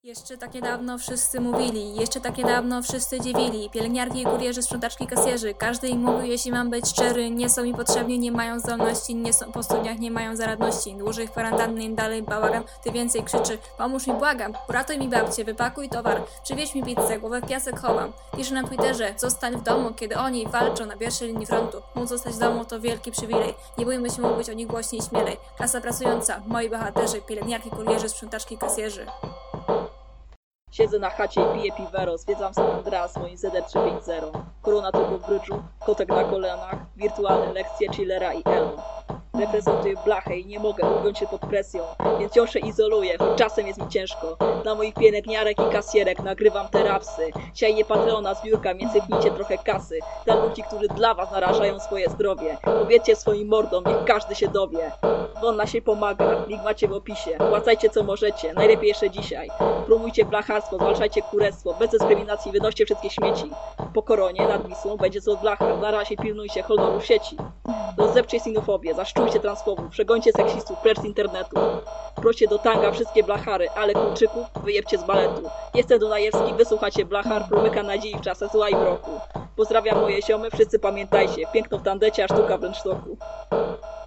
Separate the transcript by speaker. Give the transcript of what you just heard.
Speaker 1: Jeszcze tak niedawno wszyscy mówili, jeszcze tak niedawno wszyscy dziwili. Pielęgniarki, kurierzy, sprzątaczki, kasjerzy. Każdy im mówił, jeśli mam być szczery. Nie są mi potrzebni, nie mają zdolności. Nie są po studiach, nie mają zaradności. Dłużej kwarantanny, im dalej bałagan. Ty więcej krzyczy, pomóż mi, błagam. Uratuj mi babcię, wypakuj towar. Przywieź mi pizzę, głowę w piasek chowam. Pisze na Twitterze, zostań w domu, kiedy oni walczą na pierwszej linii frontu. Móc zostać w domu to wielki przywilej. Nie bójmy się mówić o nich głośniej i śmielej. Klasa pracująca, moi bohaterzy. Pielęgniarki, kurierzy, sprzątaczki, kasjerzy.
Speaker 2: Siedzę na chacie i piję piwero, zwiedzam San Andreas moim ZD350. Korona tylko w brydżu, kotek na kolanach, wirtualne lekcje chillera i Elmo. Reprezentuję blachę i nie mogę ugiąć się pod presją, więc wciąż się izoluję, choć czasem jest mi ciężko. Dla moich pielęgniarek i kasjerek nagrywam te rapsy. Dzisiaj nie Patreona zbiórka, więc sypnijcie trochę kasy. Dla ludzi, którzy dla was narażają swoje zdrowie. Powiedzcie swoim mordom, niech każdy się dowie. Wonna się pomaga, link macie w opisie. Płacajcie co możecie, najlepiej jeszcze dzisiaj. Promujcie blacharstwo, zwalczajcie kurestwo. Bez dyskryminacji wynoście wszystkie śmieci. Po koronie nad Wisłą będzie co blacha. Na razie pilnujcie honoru sieci. Rozepcie sinofobię, zaszczujcie transfobów, przegońcie seksistów precz z internetu. Proście do tanga wszystkie blachary, ale kurczyków wyjebcie z baletu. Jestem Dunajewski, wysłuchacie blachar, promyka nadziei w czasach zła i mroku. Pozdrawiam moje ziomy, wszyscy pamiętajcie, piękno w tandecie, a sztuka w rynsztoku.